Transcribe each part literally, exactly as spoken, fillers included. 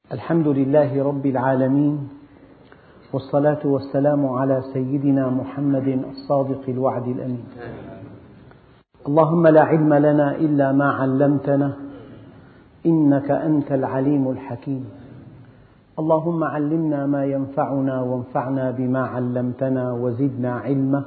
الحمد لله رب العالمين، والصلاة والسلام على سيدنا محمد الصادق الوعد الأمين. اللهم لا علم لنا إلا ما علمتنا إنك أنت العليم الحكيم. اللهم علمنا ما ينفعنا وانفعنا بما علمتنا وزدنا علما،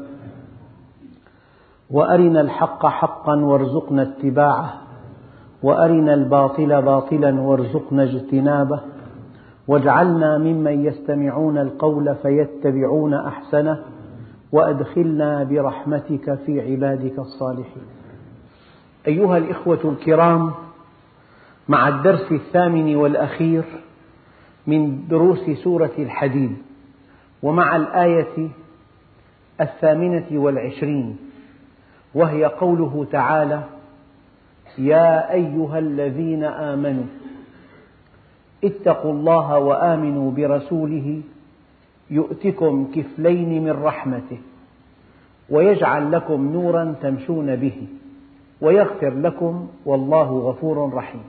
وأرنا الحق حقا وارزقنا اتباعه، وأرنا الباطل باطلا وارزقنا اجتنابه، واجعلنا ممن يستمعون القول فيتبعون أحسنه، وأدخلنا برحمتك في عبادك الصالحين. أيها الإخوة الكرام، مع الدرس الثامن والأخير من دروس سورة الحديد، ومع الآية الثامنة والعشرين، وهي قوله تعالى: يا أيها الذين آمنوا اتقوا الله وآمنوا برسوله يؤتكم كفلين من رحمته ويجعل لكم نورا تمشون به ويغفر لكم والله غفور رحيم.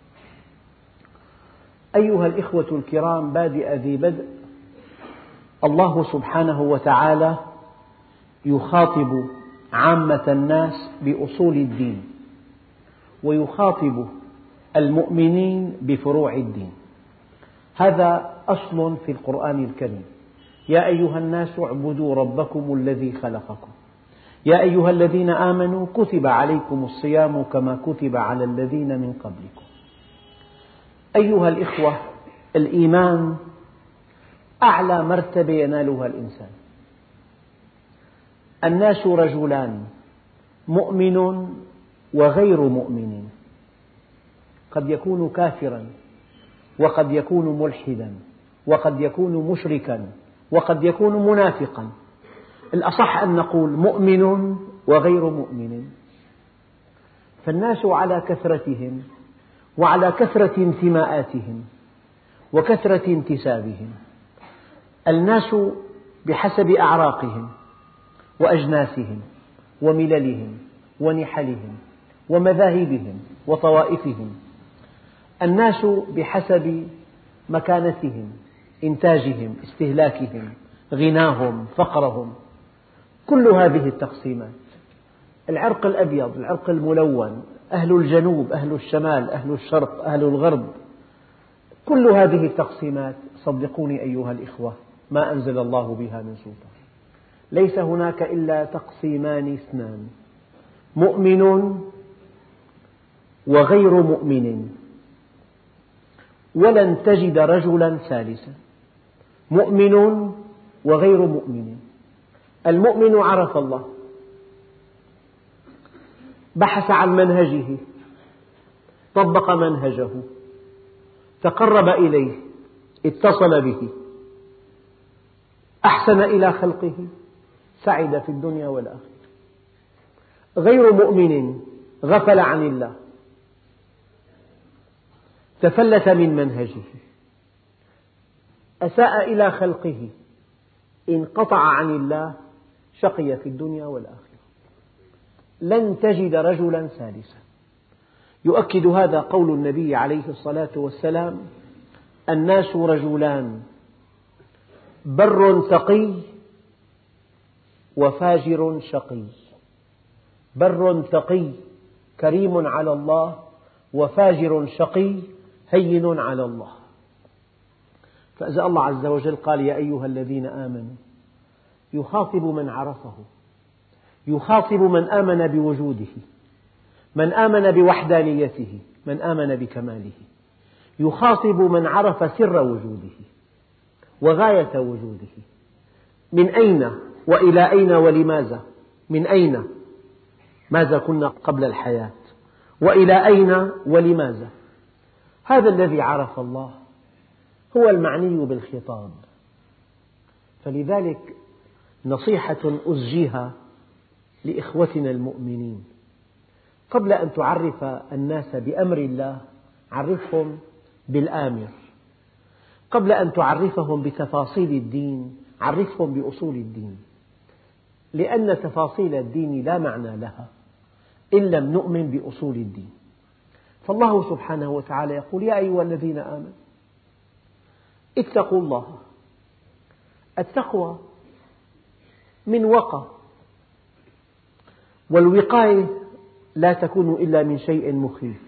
أيها الإخوة الكرام، بادئ ذي بدء، الله سبحانه وتعالى يخاطب عامة الناس بأصول الدين، ويخاطب المؤمنين بفروع الدين. هذا أصل في القرآن الكريم: يا أيها الناس اعبدوا ربكم الذي خلقكم، يا أيها الذين آمنوا كتب عليكم الصيام كما كتب على الذين من قبلكم. أيها الإخوة، الإيمان أعلى مرتبة ينالها الإنسان. الناس رجلان: مؤمن وغير مؤمن، قد يكون كافرا، وقد يكون ملحدا، وقد يكون مشركا، وقد يكون منافقا. الأصح أن نقول مؤمن وغير مؤمن. فالناس على كثرتهم وعلى كثرة انتماءاتهم وكثرة انتسابهم. الناس بحسب أعراقهم وأجناسهم ومللهم ونحلهم ومذاهبهم وطوائفهم. الناس بحسب مكانتهم، إنتاجهم، استهلاكهم، غناهم، فقرهم. كل هذه التقسيمات، العرق الأبيض، العرق الملون، أهل الجنوب، أهل الشمال، أهل الشرق، أهل الغرب، كل هذه التقسيمات صدقوني أيها الإخوة ما أنزل الله بها من سلطان. ليس هناك إلا تقسيمان اثنان: مؤمن وغير مؤمن، ولن تجد رجلا ثالثا. مؤمن وغير مؤمن. المؤمن عرف الله، بحث عن منهجه، طبق منهجه، تقرب إليه، اتصل به، أحسن إلى خلقه، سعد في الدنيا والآخرة. غير مؤمن غفل عن الله، تفلت من منهجه، أساء إلى خلقه، انقطع عن الله، شقي في الدنيا والآخرة. لن تجد رجلا ثالثا. يؤكد هذا قول النبي عليه الصلاة والسلام: الناس رجلان: بر تقي وفاجر شقي. بر تقي كريم على الله، وفاجر شقي هين على الله. فإذا الله عز وجل قال يا أيها الذين آمنوا، يخاطب من عرفه، يخاطب من آمن بوجوده، من آمن بوحدانيته، من آمن بكماله. يخاطب من عرف سر وجوده وغاية وجوده. من أين وإلى أين ولماذا؟ من أين؟ ماذا كنا قبل الحياة؟ وإلى أين ولماذا؟ هذا الذي عرف الله هو المعني بالخطاب. فلذلك نصيحة أزجيها لإخوتنا المؤمنين: قبل أن تعرف الناس بأمر الله عرفهم بالآمر. قبل أن تعرفهم بتفاصيل الدين عرفهم بأصول الدين، لأن تفاصيل الدين لا معنى لها إن لم نؤمن بأصول الدين. فالله سبحانه وتعالى يقول يا أيها الذين آمنوا، اتقوا الله. التقوى من وقى، والوقاية لا تكون إلا من شيء مخيف.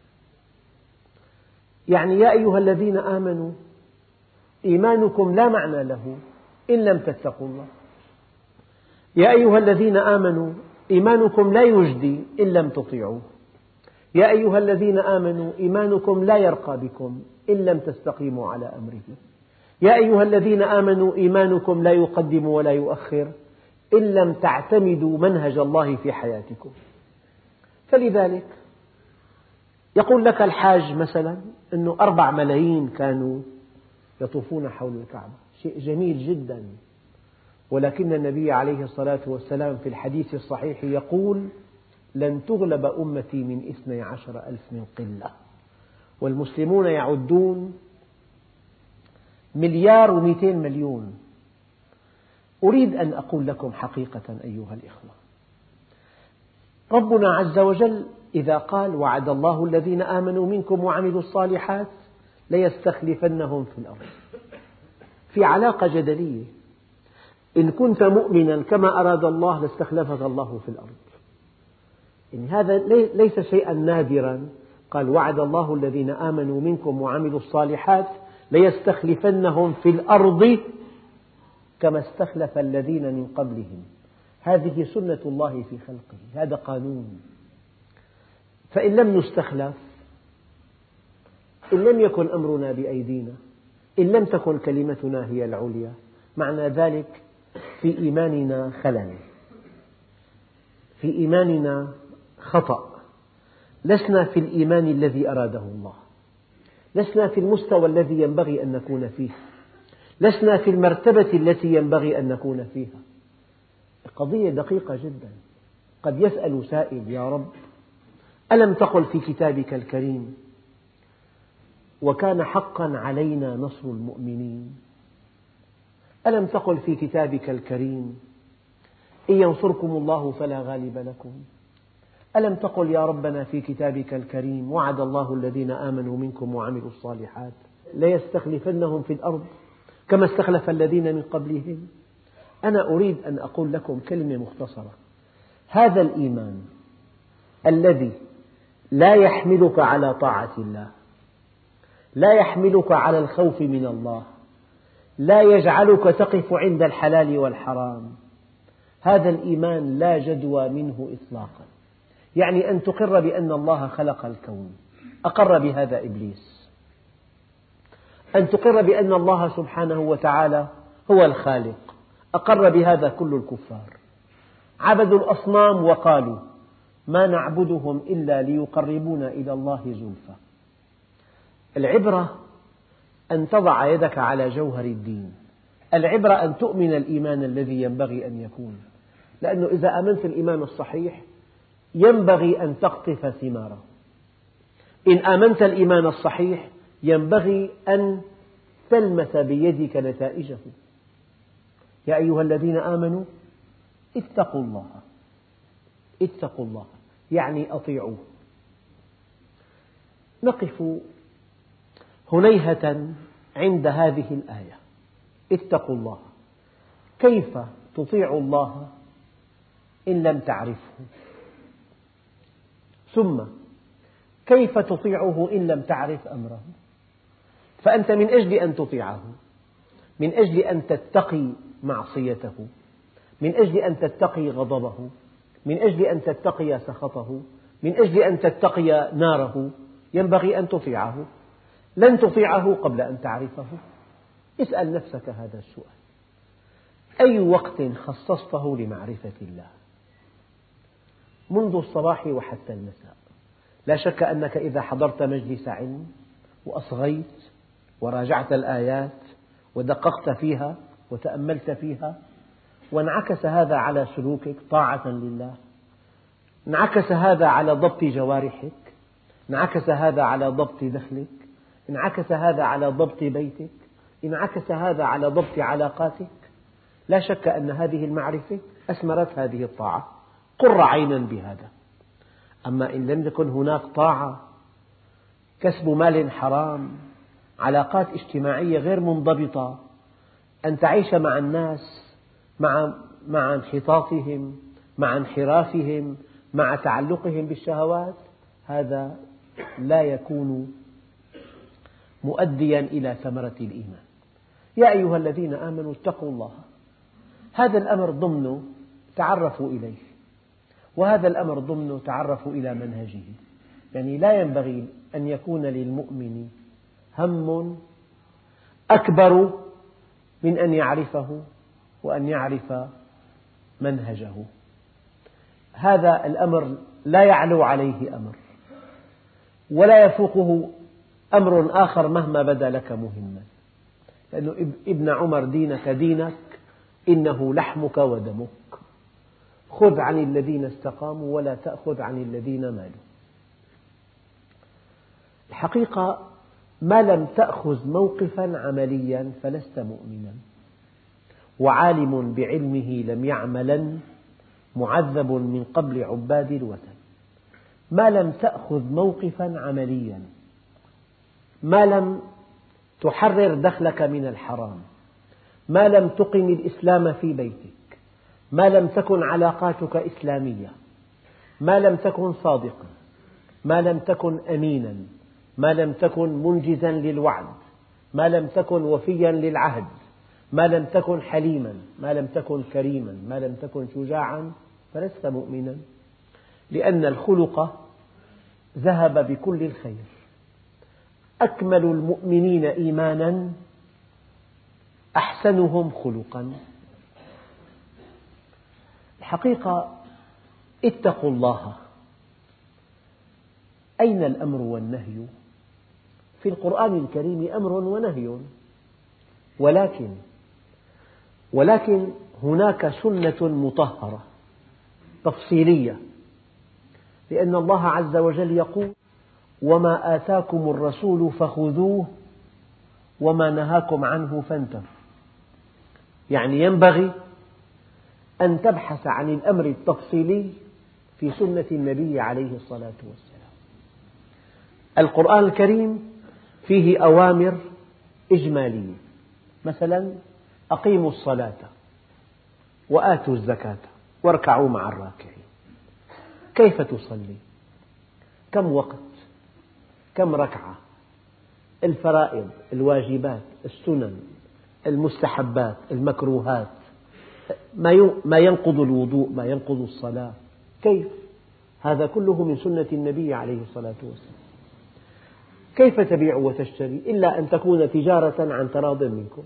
يعني يا أيها الذين آمنوا إيمانكم لا معنى له إن لم تتقوا الله. يا أيها الذين آمنوا إيمانكم لا يجدي إن لم تطيعوه. يا أيها الذين آمنوا إيمانكم لا يرقى بكم إن لم تستقيموا على أمره. يا أيها الذين آمنوا إيمانكم لا يقدم ولا يؤخر إن لم تعتمدوا منهج الله في حياتكم. فلذلك يقول لك الحاج مثلا أنه أربع ملايين كانوا يطوفون حول الكعبة، شيء جميل جدا، ولكن النبي عليه الصلاة والسلام في الحديث الصحيح يقول: لن تغلب أمتي من اثني عشر ألف من قلة، والمسلمون يعدون مليار ومئتين مليون. أريد أن أقول لكم حقيقة أيها الإخوة، ربنا عز وجل إذا قال: وعد الله الذين آمنوا منكم وعملوا الصالحات ليستخلفنهم في الأرض، في علاقة جدلية. إن كنت مؤمنا كما أراد الله لاستخلفك الله في الأرض. يعني هذا ليس شيئا نادرا. قال: وعد الله الذين آمنوا منكم وعملوا الصالحات ليستخلفنهم في الأرض كما استخلف الذين من قبلهم. هذه سنة الله في خلقه، هذا قانون. فإن لم نستخلف، إن لم يكن أمرنا بأيدينا، إن لم تكن كلمتنا هي العليا، معنى ذلك في إيماننا خلل، في إيماننا خطأ، لسنا في الإيمان الذي أراده الله، لسنا في المستوى الذي ينبغي أن نكون فيه، لسنا في المرتبة التي ينبغي أن نكون فيها. قضية دقيقة جدا. قد يسأل سائل: يا رب، ألم تقل في كتابك الكريم: وكان حقا علينا نصر المؤمنين؟ ألم تقل في كتابك الكريم: إن ينصركم الله فلا غالب لكم؟ ألم تقل يا ربنا في كتابك الكريم: وعد الله الذين آمنوا منكم وعملوا الصالحات ليستخلفنهم في الأرض كما استخلف الذين من قبلهم؟ أنا أريد أن أقول لكم كلمة مختصرة. هذا الإيمان الذي لا يحملك على طاعة الله، لا يحملك على الخوف من الله، لا يجعلك تقف عند الحلال والحرام، هذا الإيمان لا جدوى منه إطلاقا. يعني أن تقر بأن الله خلق الكون، أقر بهذا إبليس. أن تقر بأن الله سبحانه وتعالى هو الخالق، أقر بهذا كل الكفار. عبدوا الأصنام وقالوا: ما نعبدهم إلا ليقربونا إلى الله زلفى. العبرة أن تضع يدك على جوهر الدين، العبرة أن تؤمن الإيمان الذي ينبغي أن يكون، لأنه إذا آمنت الإيمان الصحيح ينبغي أن تقطف ثماره. إن آمنت الإيمان الصحيح ينبغي أن تلمس بيدك نتائجه. يا أيها الذين آمنوا اتقوا الله، اتقوا الله يعني أطيعوه. نقف هنيهة عند هذه الآية: اتقوا الله. كيف تطيع الله إن لم تعرفه؟ ثم كيف تطيعه إن لم تعرف أمره؟ فأنت من أجل أن تطيعه، من أجل أن تتقي معصيته، من أجل أن تتقي غضبه، من أجل أن تتقي سخطه، من أجل أن تتقي ناره، ينبغي أن تطيعه. لن تطيعه قبل أن تعرفه. اسأل نفسك هذا السؤال: أي وقت خصصته لمعرفة الله؟ منذ الصباح وحتى المساء. لا شك أنك إذا حضرت مجلس علم وأصغيت وراجعت الآيات ودققت فيها وتأملت فيها، وانعكس هذا على سلوكك طاعة لله، انعكس هذا على ضبط جوارحك، انعكس هذا على ضبط دخلك، انعكس هذا على ضبط بيتك، انعكس هذا على ضبط علاقاتك، لا شك أن هذه المعرفة أثمرت هذه الطاعة. قر عينا بهذا. أما إن لم يكن هناك طاعة، كسب مال حرام، علاقات اجتماعية غير منضبطة، أن تعيش مع الناس مع مع انحطاطهم، مع انحرافهم، مع تعلقهم بالشهوات، هذا لا يكون مؤديا إلى ثمرة الإيمان. يا أيها الذين آمنوا اتقوا الله، هذا الأمر ضمنه تعرفوا إليه، وهذا الأمر ضمنه تعرفوا إلى منهجه. يعني لا ينبغي أن يكون للمؤمن هم أكبر من أن يعرفه وأن يعرف منهجه. هذا الأمر لا يعلو عليه أمر ولا يفوقه أمر آخر مهما بدا لك مهما، لأن ابن عمر دينك دينك إنه لحمك ودمك، خذ عن الذين استقاموا ولا تأخذ عن الذين مالوا. الحقيقة ما لم تأخذ موقفا عمليا فلست مؤمنا، وعالم بعلمه لم يعملا معذب من قبل عباد الوثن. ما لم تأخذ موقفا عمليا، ما لم تحرر دخلك من الحرام، ما لم تقم الإسلام في بيتك، ما لم تكن علاقاتك إسلامية، ما لم تكن صادقا، ما لم تكن أمينا، ما لم تكن منجزا للوعد، ما لم تكن وفيا للعهد، ما لم تكن حليما، ما لم تكن كريما، ما لم تكن شجاعا، فلست مؤمنا. لأن الخلق ذهب بكل الخير. أكمل المؤمنين إيمانا أحسنهم خلقا. الحقيقة اتقوا الله، أين الأمر والنهي؟ في القرآن الكريم أمر ونهي، ولكن ولكن هناك سنة مطهرة تفصيلية، لأن الله عز وجل يقول: وما آتاكم الرسول فخذوه وما نهاكم عنه فانتهوا. يعني ينبغي أن تبحث عن الأمر التفصيلي في سنة النبي عليه الصلاة والسلام. القرآن الكريم فيه أوامر إجمالية، مثلا أقيموا الصلاة وآتوا الزكاة واركعوا مع الراكعين. كيف تصلي؟ كم وقت؟ كم ركعة؟ الفرائض، الواجبات، السنن، المستحبات، المكروهات، ما ينقض الوضوء، ما ينقض الصلاة، كيف؟ هذا كله من سنة النبي عليه الصلاة والسلام. كيف تبيع وتشتري إلا أن تكون تجارة عن تراض منكم؟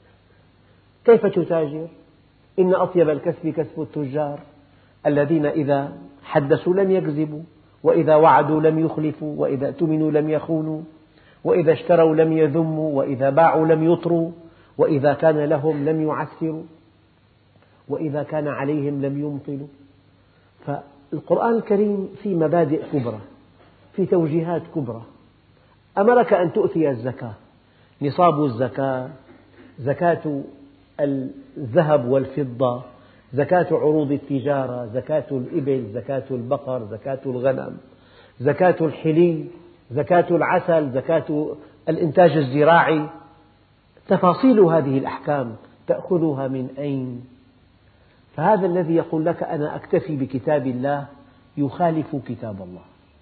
كيف تتاجر؟ إن أطيب الكسب كسب التجار الذين إذا حدثوا لم يكذبوا، وإذا وعدوا لم يخلفوا، وإذا اؤتمنوا لم يخونوا، وإذا اشتروا لم يذموا، وإذا باعوا لم يطروا، وإذا كان لهم لم يعسروا، وإذا كان عليهم لم يمطلوا. فالقرآن الكريم في مبادئ كبرى، في توجيهات كبرى. أمرك أن تؤتي الزكاة، نصاب الزكاة زكاة الذهب والفضة، زكاة عروض التجارة، زكاة الإبل، زكاة البقر، زكاة الغنم، زكاة الحلي، زكاة العسل، زكاة الإنتاج الزراعي. تفاصيل هذه الأحكام تأخذها من أين؟ فهذا الذي يقول لك أنا أكتفي بكتاب الله يخالف كتاب الله،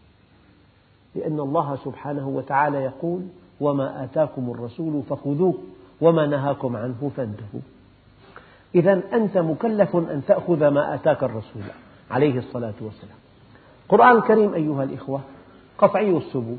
لأن الله سبحانه وتعالى يقول: وما آتاكم الرسول فخذوه وما نهاكم عنه فانتهوا. إذن أنت مكلف أن تأخذ ما آتاك الرسول عليه الصلاة والسلام. القرآن الكريم أيها الإخوة قطعي الثبوت،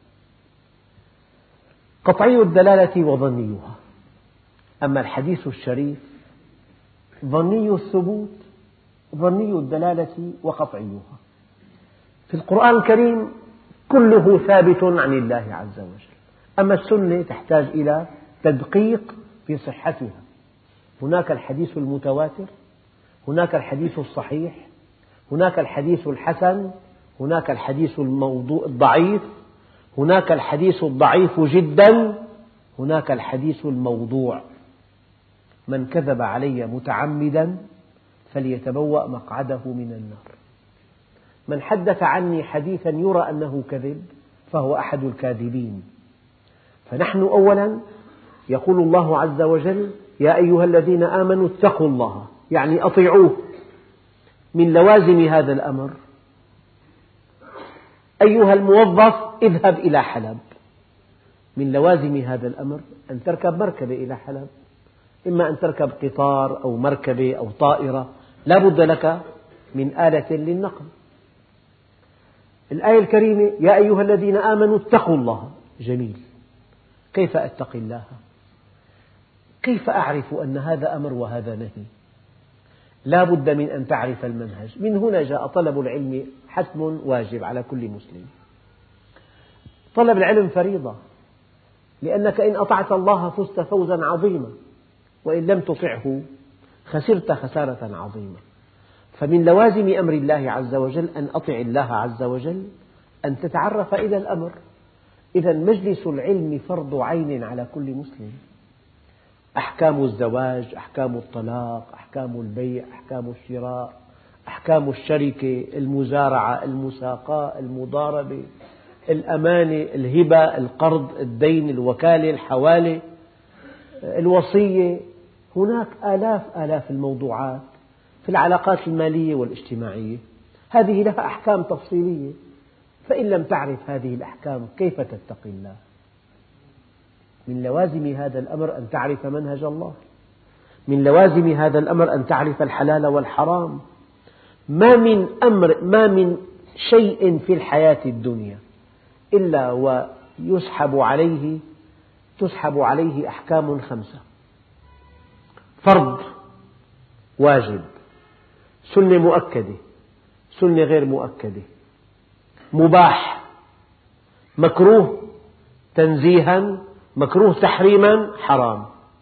قطعي الدلالة وظنيها. أما الحديث الشريف ظني الثبوت، ظني الدلالة وقطعيها. في القرآن الكريم كله ثابت عن الله عز وجل، أما السنة تحتاج إلى تدقيق في صحتها. هناك الحديث المتواتر، هناك الحديث الصحيح، هناك الحديث الحسن، هناك الحديث الموضوع الضعيف، هناك الحديث الضعيف جدا، هناك الحديث الموضوع. من كذب علي متعمدا فليتبوأ مقعده من النار. من حدث عني حديثا يرى أنه كذب فهو أحد الكاذبين. فنحن أولا يقول الله عز وجل: يا أيها الذين آمنوا اتقوا الله، يعني أطيعوه. من لوازم هذا الأمر: أيها الموظف اذهب إلى حلب. من لوازم هذا الأمر أن تركب مركبة إلى حلب، إما أن تركب قطار أو مركبة أو طائرة، لا بد لك من آلة للنقل. الآية الكريمة: يا أيها الذين آمنوا اتقوا الله. جميل، كيف أتقي الله؟ كيف أعرف أن هذا أمر وهذا نهي؟ لا بد من أن تعرف المنهج. من هنا جاء طلب العلم حتم واجب على كل مسلم. طلب العلم فريضة، لأنك إن أطعت الله فزت فوزا عظيما، وإن لم تطعه خسرت خسارة عظيمة. فمن لوازم أمر الله عز وجل أن أطع الله عز وجل، أن تتعرف إلى الأمر. إذا مجلس العلم فرض عين على كل مسلم. أحكام الزواج، أحكام الطلاق، أحكام البيع، أحكام الشراء، أحكام الشركة، المزارعة، المساقاة، المضاربة، الأمانة، الهبة، القرض، الدين، الوكالة، الحوالة، الوصية. هناك آلاف آلاف الموضوعات في العلاقات المالية والاجتماعية، هذه لها أحكام تفصيلية. فإن لم تعرف هذه الأحكام كيف تتقي الله؟ من لوازم هذا الأمر أن تعرف منهج الله. من لوازم هذا الأمر أن تعرف الحلال والحرام. ما من أمر ما من شيء في الحياة الدنيا إلا ويسحب عليه تسحب عليه أحكام خمسة: فرض، واجب، سنة مؤكدة، سنة غير مؤكدة، مباح، مكروه تنزيها، مكروه تحريما، حرام.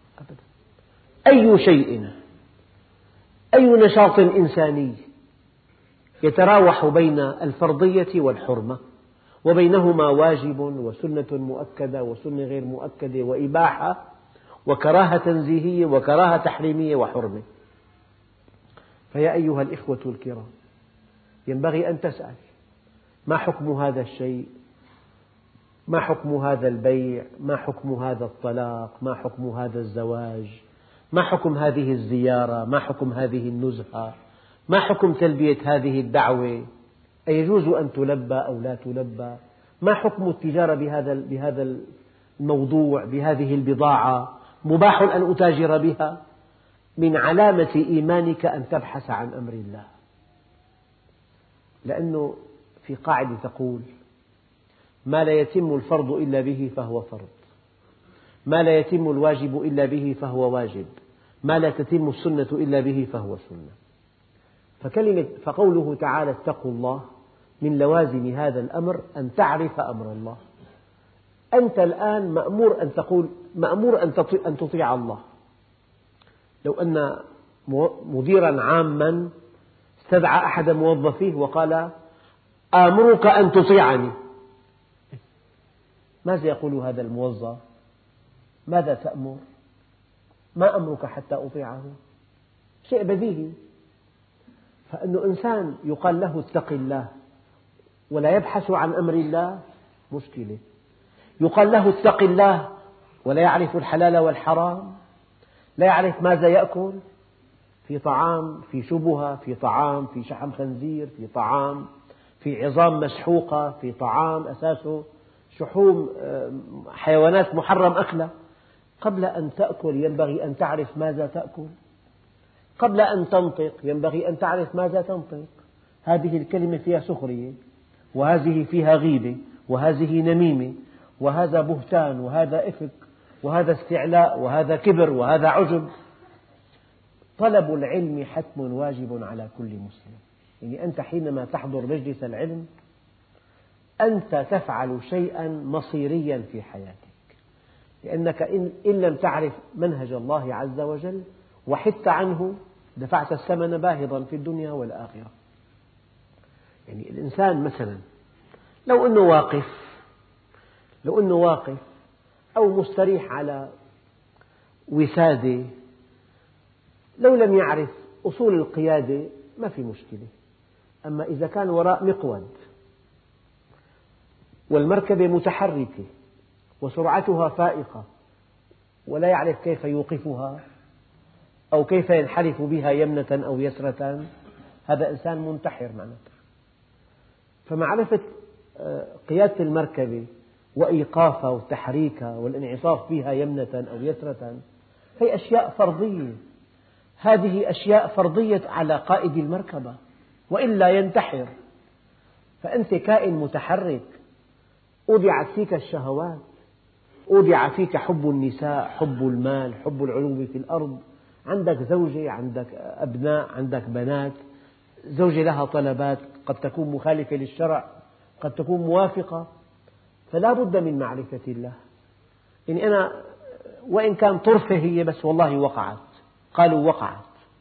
أي شيء، أي نشاط إنساني يتراوح بين الفرضية والحرمة، وبينهما واجب وسنة مؤكدة وسنة غير مؤكدة وإباحة وكراهة تنزيهية وكراهة تحريمية وحرمة. فيا أيها الإخوة الكرام، ينبغي أن تسأل: ما حكم هذا الشيء؟ ما حكم هذا البيع؟ ما حكم هذا الطلاق؟ ما حكم هذا الزواج؟ ما حكم هذه الزيارة؟ ما حكم هذه النزهة؟ ما حكم تلبية هذه الدعوة؟ أيجوز أن تلبى أو لا تلبى؟ ما حكم التجارة بهذا بهذا الموضوع، بهذه البضاعة؟ مباح أن أتاجر بها؟ من علامة إيمانك أن تبحث عن أمر الله، لأنه في قاعدة تقول: ما لا يتم الفرض إلا به فهو فرض، ما لا يتم الواجب إلا به فهو واجب، ما لا تتم السنة إلا به فهو سنة. فكلمة فقوله تعالى: اتقوا الله، من لوازم هذا الأمر أن تعرف أمر الله. أنت الآن مأمور أن تقول مأمور أن تطيع الله. لو أن مديرا عاما استدعى أحد موظفيه وقال: آمرك أن تطيعني، ماذا يقول هذا الموظف؟ ماذا تأمر؟ ما أمرك حتى أطيعه؟ شيء بديهي. فأنه إنسان يقال له اتق الله ولا يبحث عن أمر الله مشكلة. يقال له اتق الله ولا يعرف الحلال والحرام، لا يعرف ماذا يأكل، في طعام، في شبهة، في طعام، في شحم خنزير، في طعام، في عظام مسحوقة، في طعام أساسه شحوم حيوانات محرم أكلها. قبل أن تأكل ينبغي أن تعرف ماذا تأكل، قبل أن تنطق ينبغي أن تعرف ماذا تنطق. هذه الكلمة فيها سخرية، وهذه فيها غيبة، وهذه نميمة، وهذا بهتان، وهذا إفك، وهذا استعلاء، وهذا كبر، وهذا عجب. طلب العلم حتم واجب على كل مسلم. يعني أنت حينما تحضر مجلس العلم أنت تفعل شيئا مصيريا في حياتك، لأنك إن لم تعرف منهج الله عز وجل وحدت عنه دفعت الثمن باهظا في الدنيا والآخرة. يعني الإنسان مثلا لو أنه واقف لو أنه واقف أو مستريح على وسادة، لو لم يعرف أصول القيادة ما في مشكلة. أما إذا كان وراء مقود والمركبة متحركة وسرعتها فائقة ولا يعرف كيف يوقفها أو كيف ينحرف بها يمنة أو يسرة، هذا إنسان منتحر معناته. فمعرفة قيادة المركبة وإيقافها وتحريكها والانعطاف بها يمنة أو يسرة هي أشياء فرضية، هذه أشياء فرضية على قائد المركبة وإلا ينتحر. فأنت كائن متحرك، أودعت فيك الشهوات، أودع فيك حب النساء، حب المال، حب العلو في الأرض، عندك زوجة، عندك أبناء، عندك بنات، زوجة لها طلبات قد تكون مخالفة للشرع، قد تكون موافقة، فلا بد من معرفة الله. يعني أنا وإن كان طرفة هي بس والله وقعت، قالوا وقعت.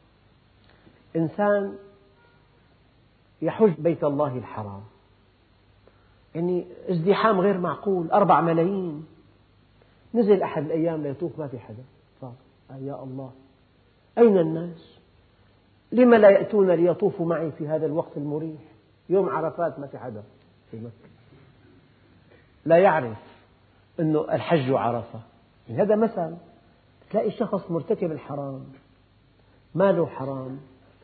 إنسان يحج بيت الله الحرام، يعني ازدحام غير معقول، أربع ملايين. نزل أحد الأيام ليطوف ما في حدا، صار يا الله أين الناس؟ لم لا يأتون ليطوفوا معي في هذا الوقت المريح؟ يوم عرفات ما في حدا في مكة، لا يعرف أنه الحج عرفة. يعني هذا مثل، تلاقي شخص مرتكب الحرام، ماله حرام،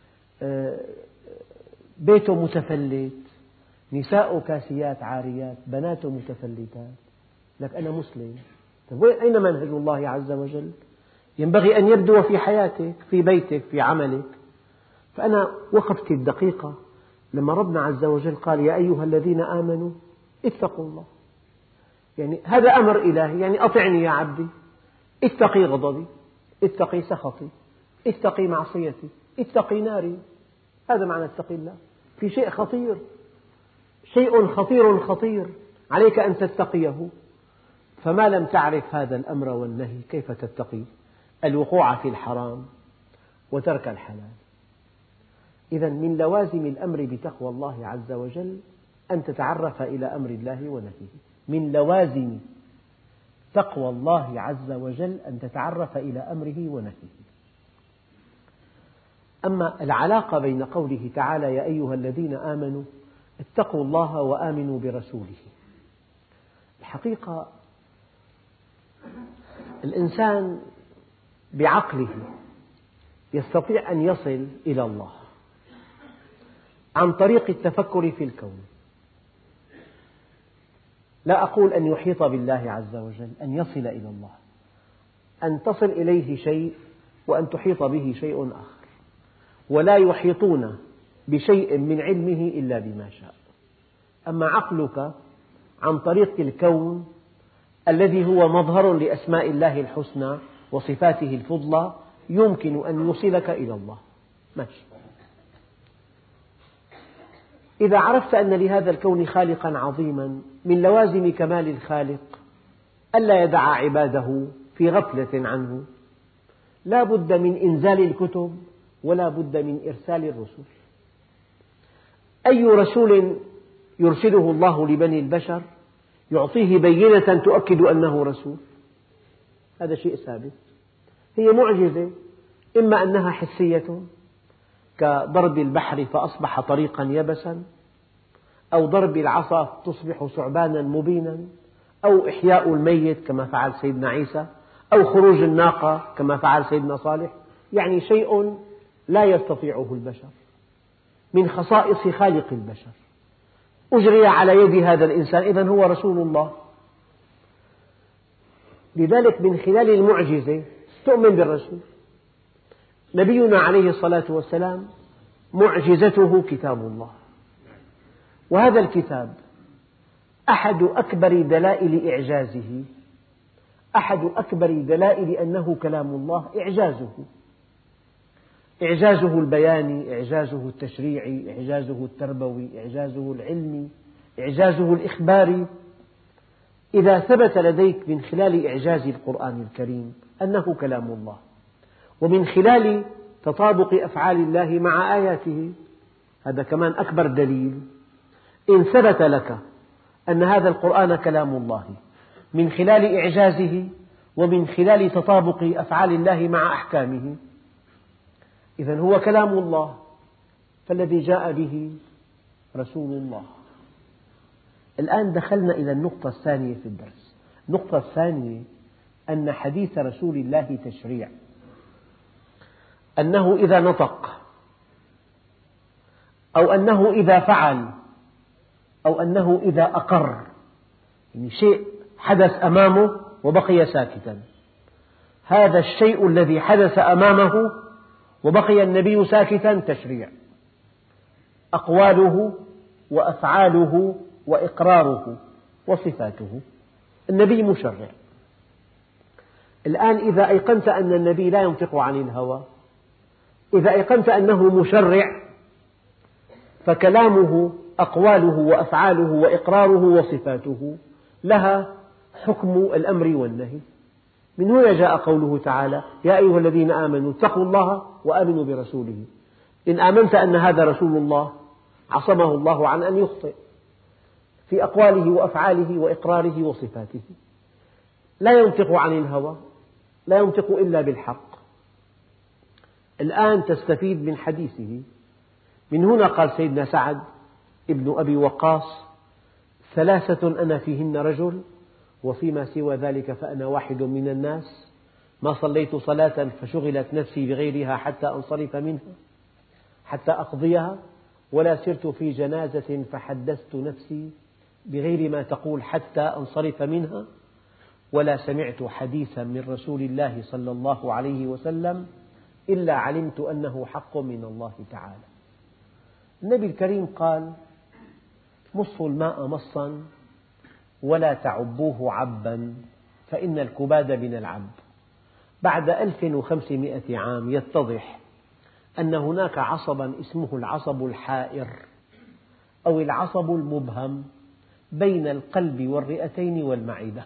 بيته متفلت، نساء كاسيات عاريات، بناته متفلتات، لك أنا مسلم. طيب أين منهج الله عز وجل؟ ينبغي أن يبدو في حياتك، في بيتك، في عملك. فأنا وقفتي الدقيقة لما ربنا عز وجل قال يا أيها الذين آمنوا اتقوا الله، يعني هذا أمر إلهي، يعني أطعني يا عبدي، اتقي غضبي، اتقي سخطي، اتقي معصيتي، اتقي ناري. هذا معنى اتقي الله. في شيء خطير، شيء خطير خطير عليك أن تتقيه، فما لم تعرف هذا الأمر والنهي كيف تتقي؟ الوقوع في الحرام وترك الحلال. إذا من لوازم الأمر بتقوى الله عز وجل أن تتعرف إلى أمر الله ونهيه. من لوازم تقوى الله عز وجل أن تتعرف إلى أمره ونهيه. أما العلاقة بين قوله تعالى يا أيها الذين آمنوا اتقوا الله وآمنوا برسوله، الحقيقة الإنسان بعقله يستطيع أن يصل إلى الله عن طريق التفكر في الكون. لا أقول أن يحيط بالله عز وجل، أن يصل إلى الله، أن تصل إليه شيء وأن تحيط به شيء آخر، ولا يحيطون بشيء من علمه إلا بما شاء. أما عقلك عن طريق الكون الذي هو مظهر لأسماء الله الحسنى وصفاته الفضلى يمكن أن يوصلك إلى الله، ماشي. إذا عرفت أن لهذا الكون خالقا عظيما، من لوازم كمال الخالق ألا يدع عباده في غفلة عنه. لا بد من إنزال الكتب ولا بد من إرسال الرسل. أي رسول يرسله الله لبني البشر يعطيه بينة تؤكد أنه رسول، هذا شيء ثابت. هي معجزة، إما أنها حسية كضرب البحر فأصبح طريقا يبسا، أو ضرب العصا تصبح ثعبانا مبينا، أو إحياء الميت كما فعل سيدنا عيسى، أو خروج الناقة كما فعل سيدنا صالح. يعني شيء لا يستطيعه البشر، من خصائص خالق البشر، أجري على يد هذا الإنسان، إذن هو رسول الله. لذلك من خلال المعجزة تؤمن بالرسول. نبينا عليه الصلاة والسلام معجزته كتاب الله، وهذا الكتاب أحد أكبر دلائل إعجازه، أحد أكبر دلائل أنه كلام الله إعجازه، إعجازه البياني، إعجازه التشريعي، إعجازه التربوي، إعجازه العلمي، إعجازه الإخباري. إذا ثبت لديك من خلال إعجاز القرآن الكريم أنه كلام الله، ومن خلال تطابق أفعال الله مع آياته، هذا كمان أكبر دليل. إن ثبت لك أن هذا القرآن كلام الله من خلال إعجازه ومن خلال تطابق أفعال الله مع أحكامه، إذن هو كلام الله، فالذي جاء به رسول الله. الآن دخلنا إلى النقطة الثانية في الدرس، النقطة الثانية أن حديث رسول الله تشريع، أنه إذا نطق أو أنه إذا فعل أو أنه إذا أقر، يعني شيء حدث أمامه وبقي ساكتا، هذا الشيء الذي حدث أمامه وبقي النبي ساكتا تشريع، أقواله وأفعاله وإقراره وصفاته، النبي مشرع. الآن إذا أيقنت أن النبي لا ينطق عن الهوى، إذا أيقنت أنه مشرع، فكلامه أقواله وأفعاله وإقراره وصفاته لها حكم الأمر والنهي. من هنا جاء قوله تعالى: يا أيها الذين آمنوا اتقوا الله وآمنوا برسوله. إن آمنت أن هذا رسول الله عصمه الله عن أن يخطئ في أقواله وأفعاله وإقراره وصفاته، لا ينطق عن الهوى، لا ينطق إلا بالحق. الآن تستفيد من حديثه. من هنا قال سيدنا سعد ابن أبي وقاص: ثلاثة أنا فيهن رجل وفيما سوى ذلك فأنا واحد من الناس، ما صليت صلاة فشغلت نفسي بغيرها حتى أنصرف منها حتى أقضيها، ولا سرت في جنازة فحدثت نفسي بغير ما تقول حتى أنصرف منها، ولا سمعت حديثا من رسول الله صلى الله عليه وسلم إلا علمت أنه حق من الله تعالى. النبي الكريم قال: مصوا الماء مصا ولا تعبوه عبا فإن الكباد من العب. بعد ألف وخمسمائة عام يتضح أن هناك عصبا اسمه العصب الحائر أو العصب المبهم بين القلب والرئتين والمعدة،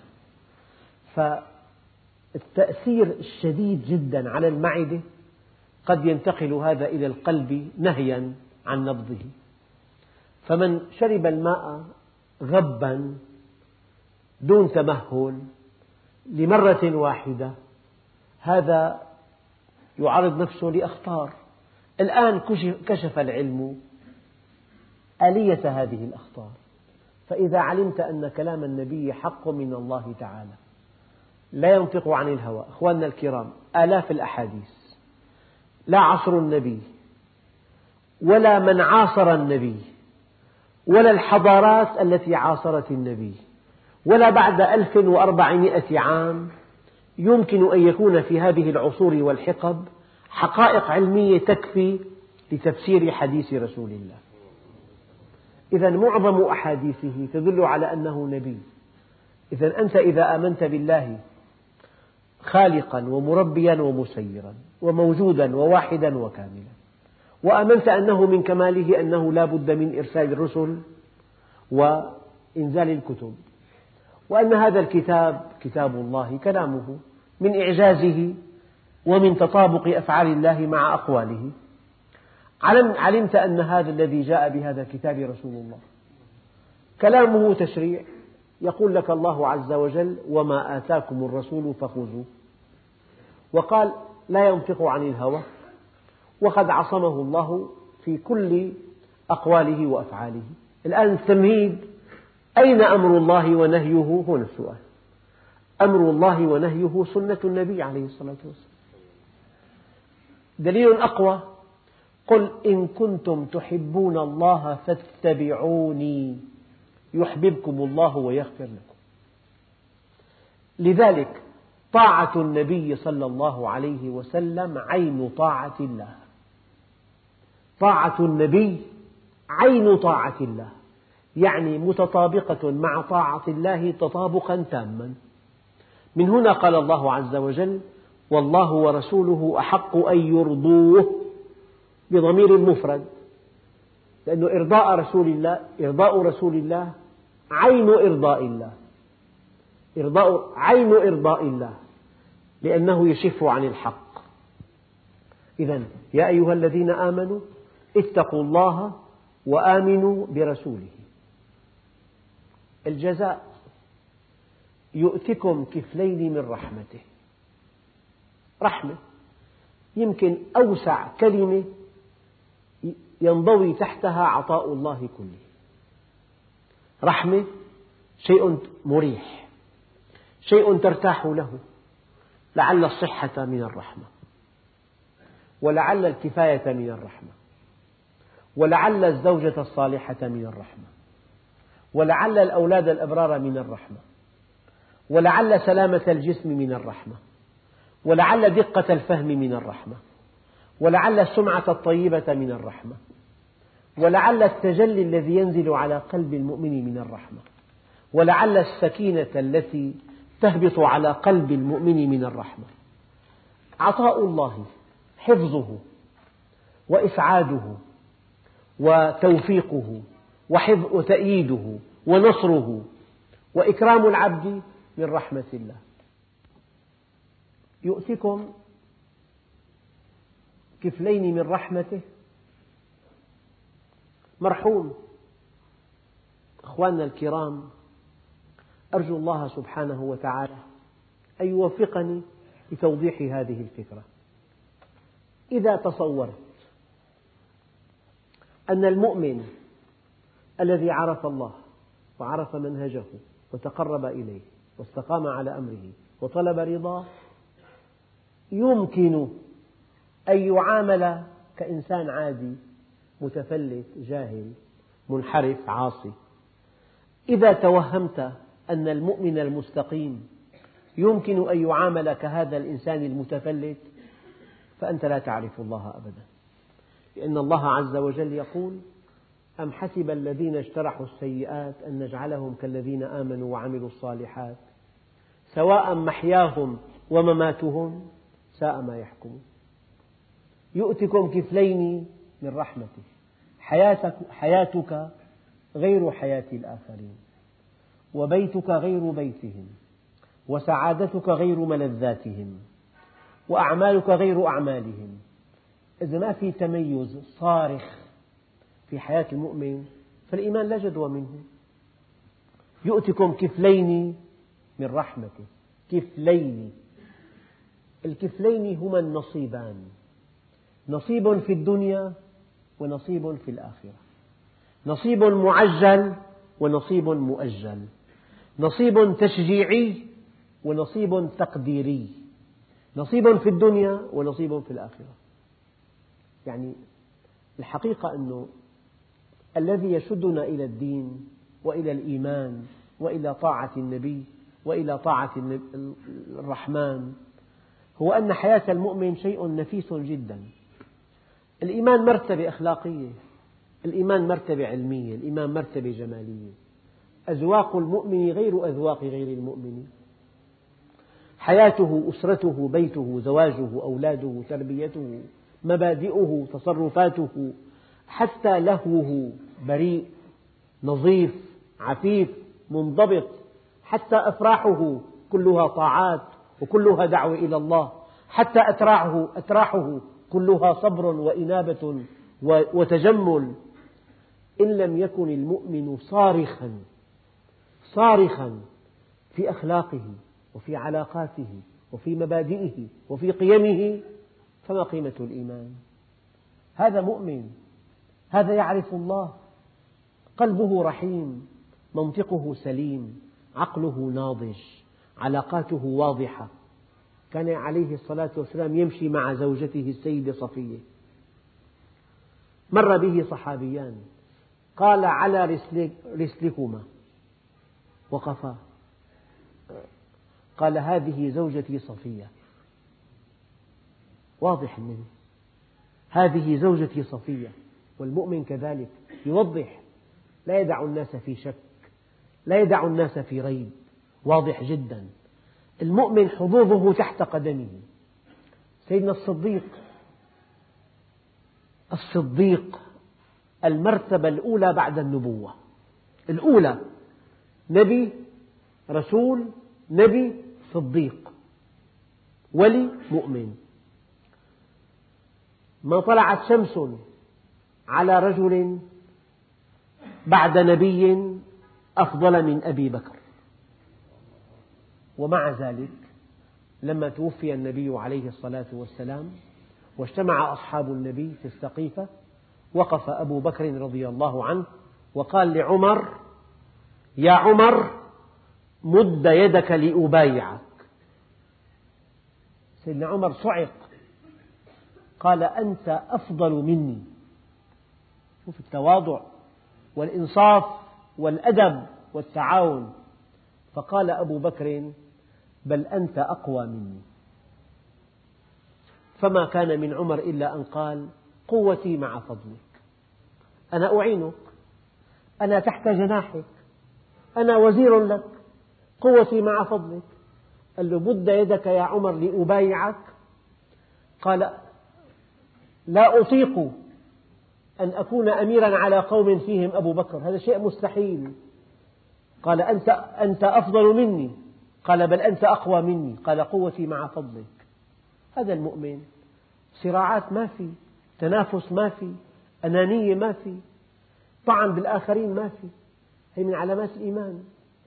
فالتأثير الشديد جدا على المعدة قد ينتقل هذا إلى القلب نهيا عن نبضه، فمن شرب الماء غبا دون تمهل لمرة واحدة هذا يعرض نفسه لأخطار. الآن كشف العلم آلية هذه الأخطار، فإذا علمت أن كلام النبي حق من الله تعالى لا ينطق عن الهوى، أخواننا الكرام، آلاف الأحاديث، لا عصر النبي ولا من عاصر النبي ولا الحضارات التي عاصرت النبي ولا بعد ألف وأربعمائة عام يمكن أن يكون في هذه العصور والحقب حقائق علمية تكفي لتفسير حديث رسول الله. إذا معظم أحاديثه تدل على أنه نبي. إذا أنت إذا آمنت بالله خالقا ومربيا ومسيرا وموجودا وواحدا وكاملا، وآمنت أنه من كماله أنه لا بد من إرسال الرسل وإنزال الكتب، وأن هذا الكتاب كتاب الله كلامه من إعجازه ومن تطابق أفعال الله مع أقواله، علمت أن هذا الذي جاء بهذا الكتاب رسول الله، كلامه تشريع، يقول لك الله عز وجل: وما آتاكم الرسول فخذوه. وقال: لا ينطق عن الهوى، وقد عصمه الله في كل أقواله وأفعاله. الآن التمهيد: أين أمر الله ونهيه؟ هنا السؤال. أمر الله ونهيه سنة النبي عليه الصلاة والسلام. دليل أقوى: قل إن كنتم تحبون الله فاتبعوني يحببكم الله ويغفر لكم. لذلك طاعة النبي صلى الله عليه وسلم عين طاعة الله، طاعة النبي عين طاعة الله، يعني متطابقة مع طاعة الله تطابقا تاما. من هنا قال الله عز وجل: والله ورسوله أحق أن يرضوه، بضمير المفرد، لأنه إرضاء رسول الله إرضاء رسول الله عين إرضاء الله، إرضاء عين إرضاء الله، لأنه يشف عن الحق. إذن يا أيها الذين آمنوا اتقوا الله وآمنوا برسوله. الجزاء: يؤتكم كفلين من رحمته. رحمة يمكن أوسع كلمة ينضوي تحتها عطاء الله كله. رحمة شيء مريح، شيء ترتاح له، لعل الصحة من الرحمة، ولعل الكفاية من الرحمة، ولعل الزوجة الصالحة من الرحمة، ولعل الأولاد الأبرار من الرحمة، ولعل سلامة الجسم من الرحمة، ولعل دقة الفهم من الرحمة، ولعل السمعة الطيبة من الرحمة، ولعل التجلي الذي ينزل على قلب المؤمن من الرحمة، ولعل السكينة التي تهبط على قلب المؤمن من الرحمة. عطاء الله، حفظه وإسعاده وتوفيقه وتأييده ونصره وإكرام العبد من رحمة الله. يؤتكم كفلين من رحمته، مرحوم. أخواننا الكرام، أرجو الله سبحانه وتعالى أن يوفقني لتوضيح هذه الفكرة. إذا تصورت أن المؤمن الذي عرف الله وعرف منهجه وتقرب إليه واستقام على أمره وطلب رضاه، يمكن أن يعامل كإنسان عادي متفلت جاهل منحرف عاصي. إذا توهمت أن المؤمن المستقيم يمكن أن يعامل كهذا الإنسان المتفلت، فأنت لا تعرف الله أبدا، لأن الله عز وجل يقول: أم حسب الذين اجترحوا السيئات أن نجعلهم كالذين آمنوا وعملوا الصالحات سواء محياهم ومماتهم ساء ما يحكمون. يؤتكم كفلين من رحمته، حياتك, حياتك غير حياة الآخرين، وبيتك غير بيتهم، وسعادتك غير ملذاتهم، وأعمالك غير أعمالهم. إذا ما في تميز صارخ في حياة المؤمن فالإيمان لا جدوى منه. يؤتكم كفلين من رحمته، كفلين. الكفلين هما النصيبان، نصيب في الدنيا ونصيب في الآخرة، نصيب معجل ونصيب مؤجل، نصيب تشجيعي ونصيب تقديري، نصيب في الدنيا ونصيب في الآخرة. يعني الحقيقة أنه الذي يشدنا إلى الدين وإلى الإيمان وإلى طاعة النبي وإلى طاعة الرحمن هو أن حياة المؤمن شيء نفيس جدا. الإيمان مرتبة أخلاقية، الإيمان مرتبة علمية، الإيمان مرتبة جمالية. أذواق المؤمن غير أذواق غير المؤمن. حياته، أسرته، بيته، زواجه، أولاده، تربيته، مبادئه، تصرفاته، حتى لهوه بريء نظيف عفيف منضبط، حتى أفراحه كلها طاعات وكلها دعوة إلى الله، حتى أتراحه, أتراحه كلها صبر وإنابة وتجمل. إن لم يكن المؤمن صارخا صارخا في أخلاقه وفي علاقاته وفي مبادئه وفي قيمه فما قيمة الإيمان؟ هذا مؤمن، هذا يعرف الله، قلبه رحيم، منطقه سليم، عقله ناضج، علاقاته واضحة. كان عليه الصلاة والسلام يمشي مع زوجته السيدة صفية، مر به صحابيان، قال: على رسلك رسلكما، وقفا، قال: هذه زوجتي صفية. واضح النبي، هذه زوجتي صفية. والمؤمن كذلك يوضح، لا يدع الناس في شك، لا يدع الناس في ريب، واضح جدا. المؤمن حظوظه تحت قدمه. سيدنا الصديق الصديق المرتبة الأولى بعد النبوة، الأولى، نبي، رسول، نبي، صديق، ولي، مؤمن. ما طلعت شمس على رجل بعد نبي أفضل من أبي بكر. ومع ذلك لما توفي النبي عليه الصلاة والسلام واجتمع أصحاب النبي في السقيفة، وقف أبو بكر رضي الله عنه وقال لعمر: يا عمر، مد يدك لأبايعك. سيدنا عمر صعق، قال أنت أفضل مني. شوف التواضع والإنصاف والأدب والتعاون. فقال أبو بكر بل أنت أقوى مني. فما كان من عمر إلا أن قال قوتي مع فضلك، أنا أعينك، أنا تحت جناحك، أنا وزير لك، قوتي مع فضلك. قال له مد يدك يا عمر لأبايعك. قال لا أطيق أن أكون أميرا على قوم فيهم أبو بكر، هذا شيء مستحيل. قال أنت, أنت أفضل مني. قال بل أنت أقوى مني. قال قوتي مع فضلك. هذا المؤمن، صراعات ما في، تنافس ما في، أنانية ما في، طعن بالآخرين ما في. هي من علامات الإيمان.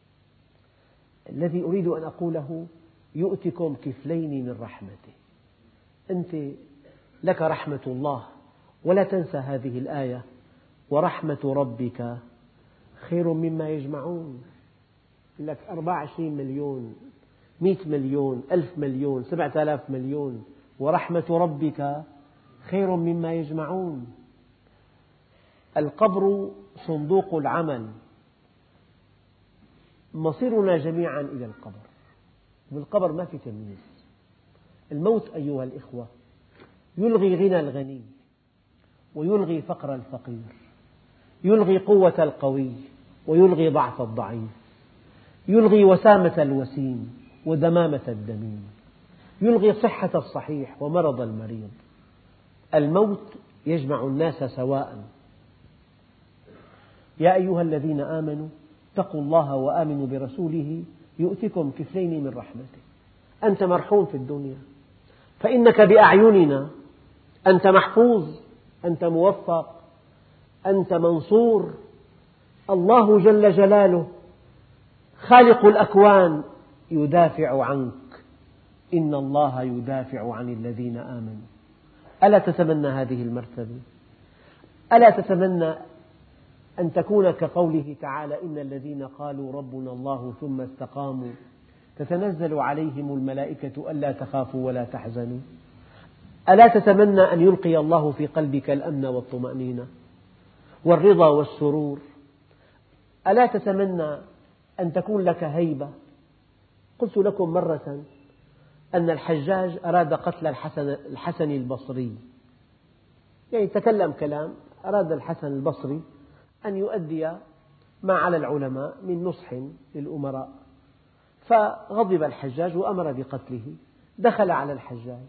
الذي أريد أن أقوله يؤتكم كفلين من رحمته. أنت لك رحمة الله، ولا تنسى هذه الآية ورحمة ربك خير مما يجمعون. لك أربعة وعشرين مليون، مئة مليون، ألف مليون، سبعة آلاف مليون، ورحمة ربك خير مما يجمعون. القبر صندوق العمل، مصيرنا جميعا إلى القبر، والقبر ما في تمييز. الموت أيها الإخوة يلغي غنى الغني، ويلغي فقر الفقير، يلغي قوة القوي، ويلغي ضعف الضعيف، يلغي وسامة الوسيم ودمامة الدميم، يلغي صحة الصحيح ومرض المريض. الموت يجمع الناس سواء. يا أيها الذين آمنوا اتقوا الله وآمنوا برسوله يؤتكم كفلين من رحمته. أنت مرحوم في الدنيا، فإنك بأعيننا، أنت محفوظ، أنت موفق، أنت منصور. الله جل جلاله خالق الأكوان يدافع عنك. إن الله يدافع عن الذين آمنوا. ألا تتمنى هذه المرتبة؟ ألا تتمنى أن تكون كقوله تعالى إن الذين قالوا ربنا الله ثم استقاموا تتنزل عليهم الملائكة ألا تخافوا ولا تحزنوا؟ ألا تتمنى أن يلقي الله في قلبك الأمن والطمأنينة والرضا والسرور؟ ألا تتمنى أن تكون لك هيبة؟ قلت لكم مرة أن الحجاج أراد قتل الحسن, الحسن البصري، يعني تكلم كلام، أراد الحسن البصري أن يؤدي ما على العلماء من نصح للأمراء، فغضب الحجاج وأمر بقتله. دخل على الحجاج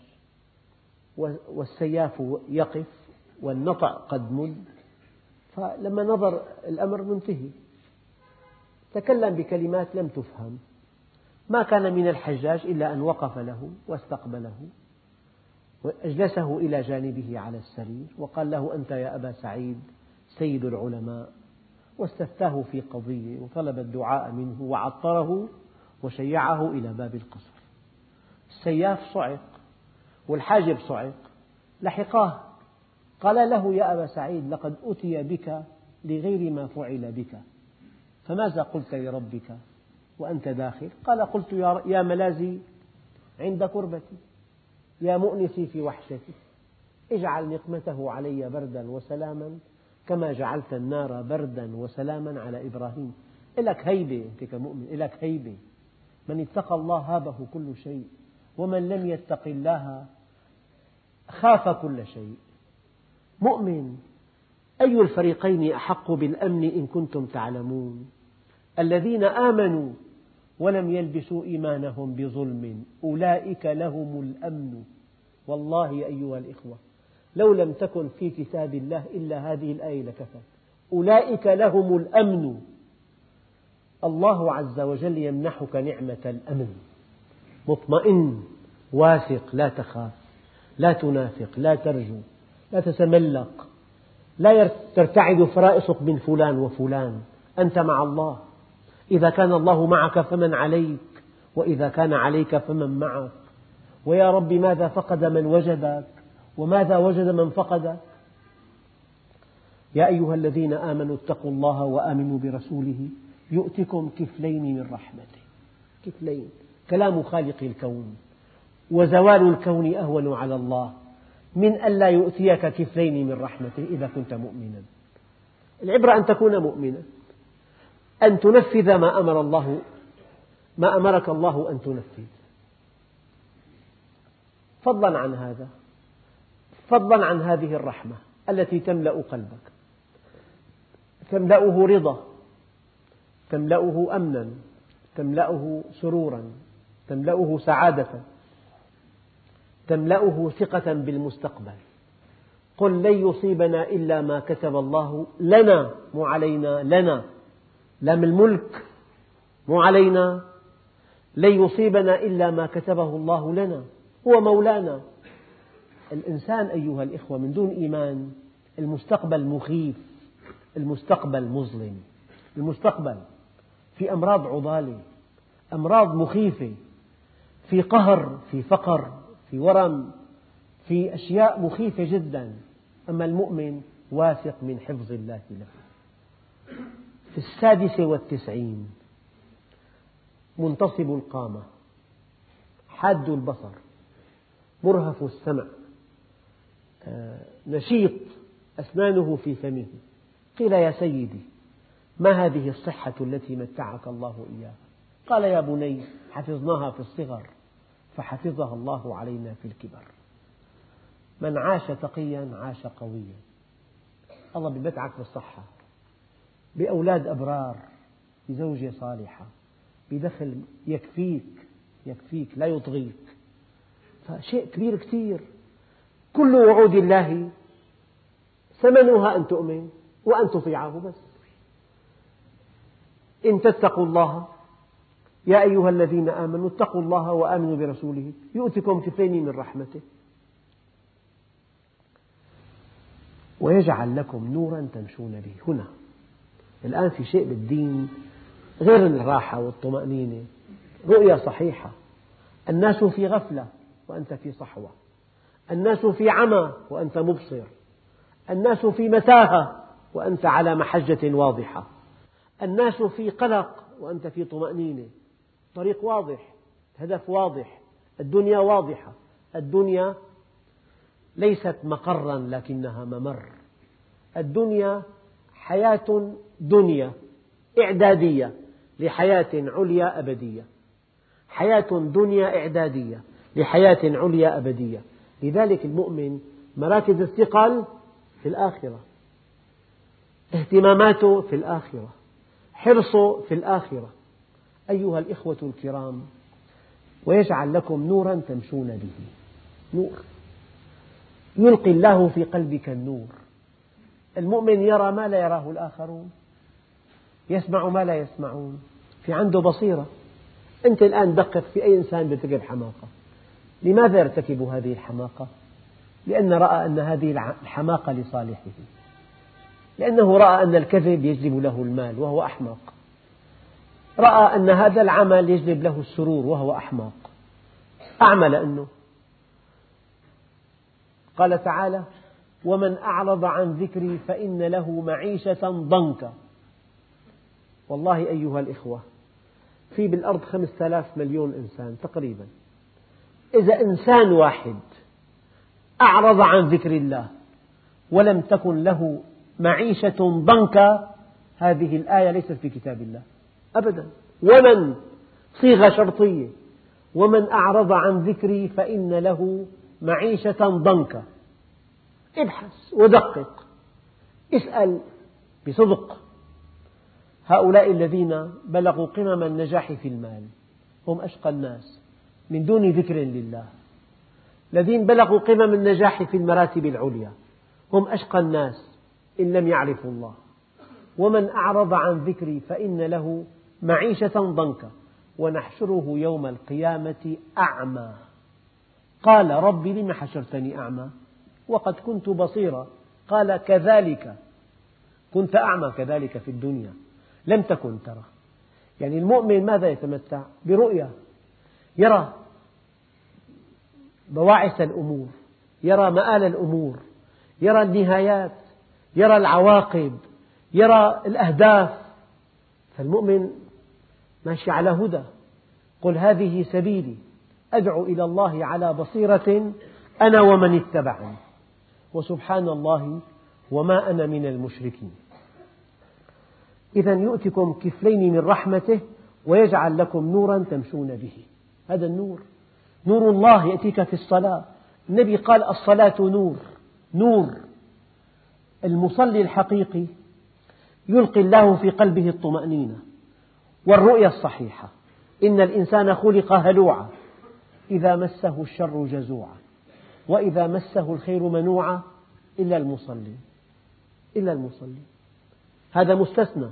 والسياف يقف والنطع قد مد، فلما نظر الأمر منتهي، تكلم بكلمات لم تفهم. ما كان من الحجاج إلا أن وقف له واستقبله وأجلسه إلى جانبه على السرير وقال له أنت يا أبا سعيد سيد العلماء، واستفتاه في قضية وطلب الدعاء منه وعطره وشيعه إلى باب القصر. السياف صعق والحاجب صعق، لحقاه. قال له يا أبا سعيد لقد أتي بك لغير ما فعل بك، فماذا قلت لربك وأنت داخل؟ قال قلت يا ملاذي عند كربتي، يا مؤنسي في وحشتي، اجعل نقمته علي بردا وسلاما كما جعلت النار بردا وسلاما على إبراهيم. إلك هيبة أنت كمؤمن، إلك هيبة. من اتقى الله هابه كل شيء، ومن لم يتق الله خاف كل شيء. مؤمن. أي الفريقين أحق بالأمن إن كنتم تعلمون؟ الذين آمنوا ولم يلبسوا إيمانهم بظلم أولئك لهم الأمن. والله أيها الإخوة لو لم تكن في كتاب الله إلا هذه الآية لكفت. أولئك لهم الأمن. الله عز وجل يمنحك نعمة الأمن، مطمئن واثق، لا تخاف، لا تنافق، لا ترجو، لا تتملق، لا ترتعد فرائصك من فلان وفلان. أنت مع الله. إذا كان الله معك فمن عليك، وإذا كان عليك فمن معك. ويا رب ماذا فقد من وجدك، وماذا وجد من فقدك. يا أيها الذين آمنوا اتقوا الله وآمنوا برسوله يؤتكم كفلين من رحمته. كفلين، كلام خالق الكون، وزوال الكون أهون على الله من ألا يؤتيك كفلين من رحمته إذا كنت مؤمنا. العبرة أن تكون مؤمنا، أن تنفذ ما أمر الله ما أمرك الله أن تنفذ. فضلا عن هذا، فضلا عن هذه الرحمة التي تملأ قلبك، تملأه رضا، تملأه أمنا، تملأه سرورا، تملأه سعادة، تملأه ثقة بالمستقبل. قل لن يصيبنا إلا ما كتب الله لنا، مو علينا، لنا، لام الملك، مو علينا، لن يصيبنا إلا ما كتبه الله لنا، هو مولانا. الإنسان أيها الإخوة من دون إيمان المستقبل مخيف، المستقبل مظلم، المستقبل في أمراض عضالة، أمراض مخيفة، في قهر، في فقر، في ورم، في أشياء مخيفة جدا. أما المؤمن واثق من حفظ الله له. في السادسة والتسعين منتصب القامة، حاد البصر، مرهف السمع، نشيط، أسنانه في فمه. قيل يا سيدي ما هذه الصحة التي متعك الله إياها؟ قال يا بني حفظناها في الصغر فحفظها الله علينا في الكبر. من عاش تقيا عاش قويا. الله بيمتعك بالصحة، بأولاد أبرار، بزوجة صالحة، بدخل يكفيك يكفيك لا يطغيك، فشيء كبير كثير. كل وعود الله ثمنها أن تؤمن وأن تطيعه بس. إن تتقوا الله يا أيها الذين آمنوا اتقوا الله وآمنوا برسوله يؤتكم كفلين من رحمته ويجعل لكم نورا تمشون به. هنا الآن في شيء بالدين غير الراحة والطمأنينة، رؤية صحيحة. الناس في غفلة وأنت في صحوة، الناس في عمى وأنت مبصر، الناس في متاهة وأنت على محجة واضحة، الناس في قلق وأنت في طمأنينة. طريق واضح، هدف واضح، الدنيا واضحة. الدنيا ليست مقرا لكنها ممر. الدنيا حياة دنيا إعدادية لحياة عليا أبدية، حياة دنيا إعدادية لحياة عليا أبدية. لذلك المؤمن مراكز الثقل في الآخرة، اهتماماته في الآخرة، حرصه في الآخرة. أيها الإخوة الكرام، ويجعل لكم نورا تمشون به. نور يلقي الله في قلبك النور. المؤمن يرى ما لا يراه الآخرون، يسمع ما لا يسمعون، في عنده بصيرة. أنت الآن دقق في أي إنسان يرتكب حماقة. لماذا يرتكب هذه الحماقة؟ لأن رأى أن هذه الحماقة لصالحه، لأنه رأى أن الكذب يجلب له المال وهو أحمق، رأى أن هذا العمل يجلب له السرور وهو أحمق، أعمى. لأنه قال تعالى ومن أعرض عن ذكري فإن له معيشة ضنكا. والله أيها الإخوة في بالأرض خمسة آلاف مليون إنسان تقريبا، إذا إنسان واحد أعرض عن ذكر الله ولم تكن له معيشة ضنكا، هذه الآية ليست في كتاب الله أبدا. ومن صيغة شرطية، ومن أعرض عن ذكري فإن له معيشة ضنكا. ابحث ودقق، اسأل بصدق. هؤلاء الذين بلغوا قمم النجاح في المال هم أشقى الناس من دون ذكر لله. الذين بلغوا قمم النجاح في المراتب العليا هم أشقى الناس إن لم يعرفوا الله. ومن أعرض عن ذكري فإن له معيشة ضنكا ونحشره يوم القيامة أعمى. قال رب لم حشرتني أعمى وقد كنت بصيرا. قال كذلك كنت أعمى كذلك في الدنيا لم تكن ترى. يعني المؤمن ماذا يتمتع؟ برؤية، يرى بواعث الأمور، يرى مآل الأمور، يرى النهايات، يرى العواقب، يرى الأهداف. فالمؤمن ماشي على هدى، قل هذه سبيلي أدعو إلى الله على بصيرة أنا ومن اتبعني وسبحان الله وما أنا من المشركين. إذا يؤتكم كفلين من رحمته ويجعل لكم نورا تمشون به. هذا النور نور الله يأتيك في الصلاة. النبي قال الصلاة نور. نور المصلي الحقيقي يلقي الله في قلبه الطمأنينة والرؤية الصحيحة. إن الإنسان خلق هلوعا إذا مسه الشر جزوعا وإذا مسه الخير منوعا إلا المصلي إلا المصلي هذا مستثنى.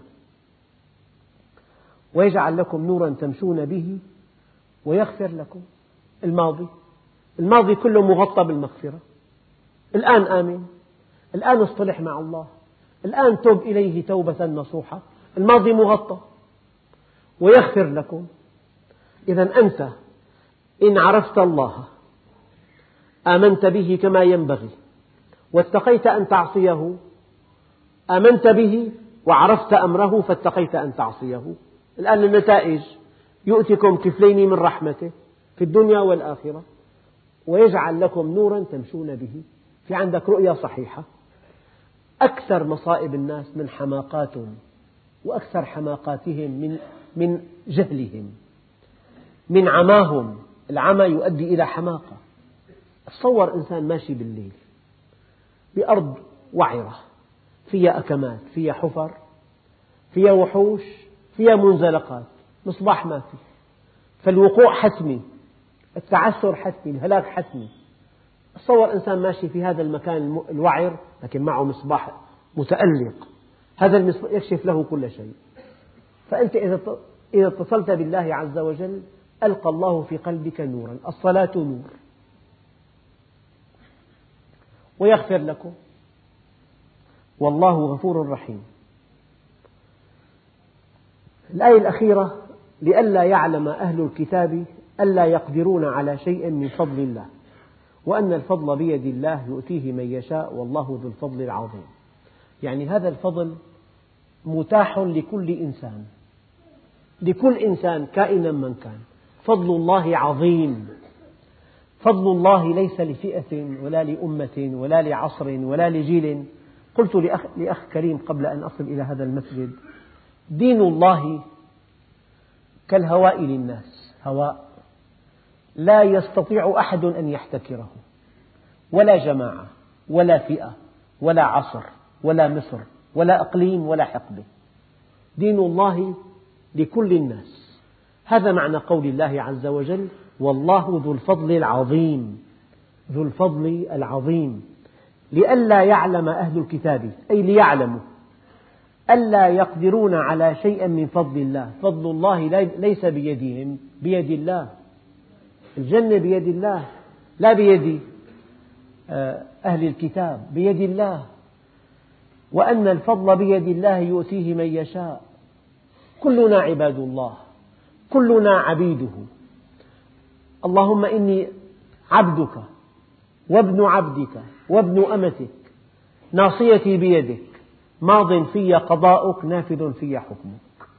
ويجعل لكم نورا تمشون به ويغفر لكم. الماضي الماضي كله مغطى بالمغفرة. الآن آمن، الآن اصطلح مع الله، الآن توب إليه توبة نصوحة. الماضي مغطى ويغفر لكم. إذا أنت إن عرفت الله آمنت به كما ينبغي واتقيت أن تعصيه. آمنت به وعرفت أمره فاتقيت أن تعصيه. الآن النتائج يؤتكم كفلين من رحمته في الدنيا والآخرة ويجعل لكم نورا تمشون به. في عندك رؤية صحيحة. أكثر مصائب الناس من حماقاتهم وأكثر حماقاتهم من من جهلهم، من عماهم. العمى يؤدي إلى حماقة. تصور إنسان ماشي بالليل بأرض وعرة فيها أكمات، فيها حفر، فيها وحوش، فيها منزلقات، مصباح ما في، فالوقوع حتمي، التعثر حتمي، الهلاك حتمي. تصور إنسان ماشي في هذا المكان الوعر لكن معه مصباح متألق، هذا المصباح يكشف له كل شيء. فأنت إذا اتصلت بالله عز وجل ألقى الله في قلبك نورا. الصلاة نور. ويغفر لكم والله غفور رحيم. الآية الأخيرة لئلا يعلم أهل الكتاب ألا يقدرون على شيء من فضل الله وأن الفضل بيد الله يؤتيه من يشاء والله ذو الفضل العظيم. يعني هذا الفضل متاح لكل إنسان، لكل إنسان كائنا من كان. فضل الله عظيم. فضل الله ليس لفئة ولا لأمة ولا لعصر ولا لجيل. قلت لأخ, لأخ كريم قبل أن أصل إلى هذا المسجد: دين الله كالهواء للناس، هواء لا يستطيع أحد أن يحتكره، ولا جماعة ولا فئة ولا عصر ولا مصر ولا أقليم ولا حقبة. دين الله لكل الناس. هذا معنى قول الله عز وجل: والله ذو الفضل العظيم. ذو الفضل العظيم. لئلا يعلم أهل الكتاب، أي ليعلموا ألا يقدرون على شيء من فضل الله. فضل الله ليس بيدهم، بيد الله. الجنة بيد الله لا بيد أهل الكتاب، بيد الله. وأن الفضل بيد الله يؤتيه من يشاء. كلنا عباد الله، كلنا عبيده. اللهم إني عبدك وابن عبدك وابن أمتك، ناصيتي بيدك، ماض في قضاؤك، نافذ في حكمك.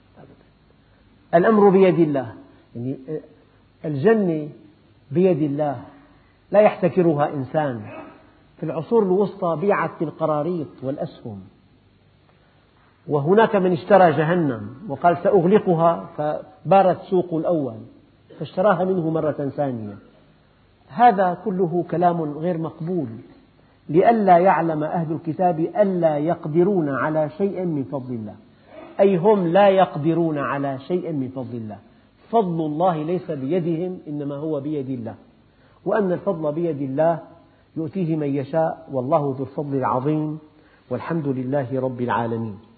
الأمر بيد الله. يعني الجنة بيد الله لا يحتكرها إنسان. في العصور الوسطى بيعت بالقراريط والأسهم، وهناك من اشترى جهنم وقال سأغلقها، فبارت سوق الأول فاشتراها منه مرة ثانية. هذا كله كلام غير مقبول. لئلا يعلم أهل الكتاب ألا يقدرون على شيء من فضل الله، أي هم لا يقدرون على شيء من فضل الله. فضل الله ليس بيدهم، إنما هو بيد الله. وأن الفضل بيد الله يؤتيه من يشاء والله ذو الفضل العظيم. والحمد لله رب العالمين.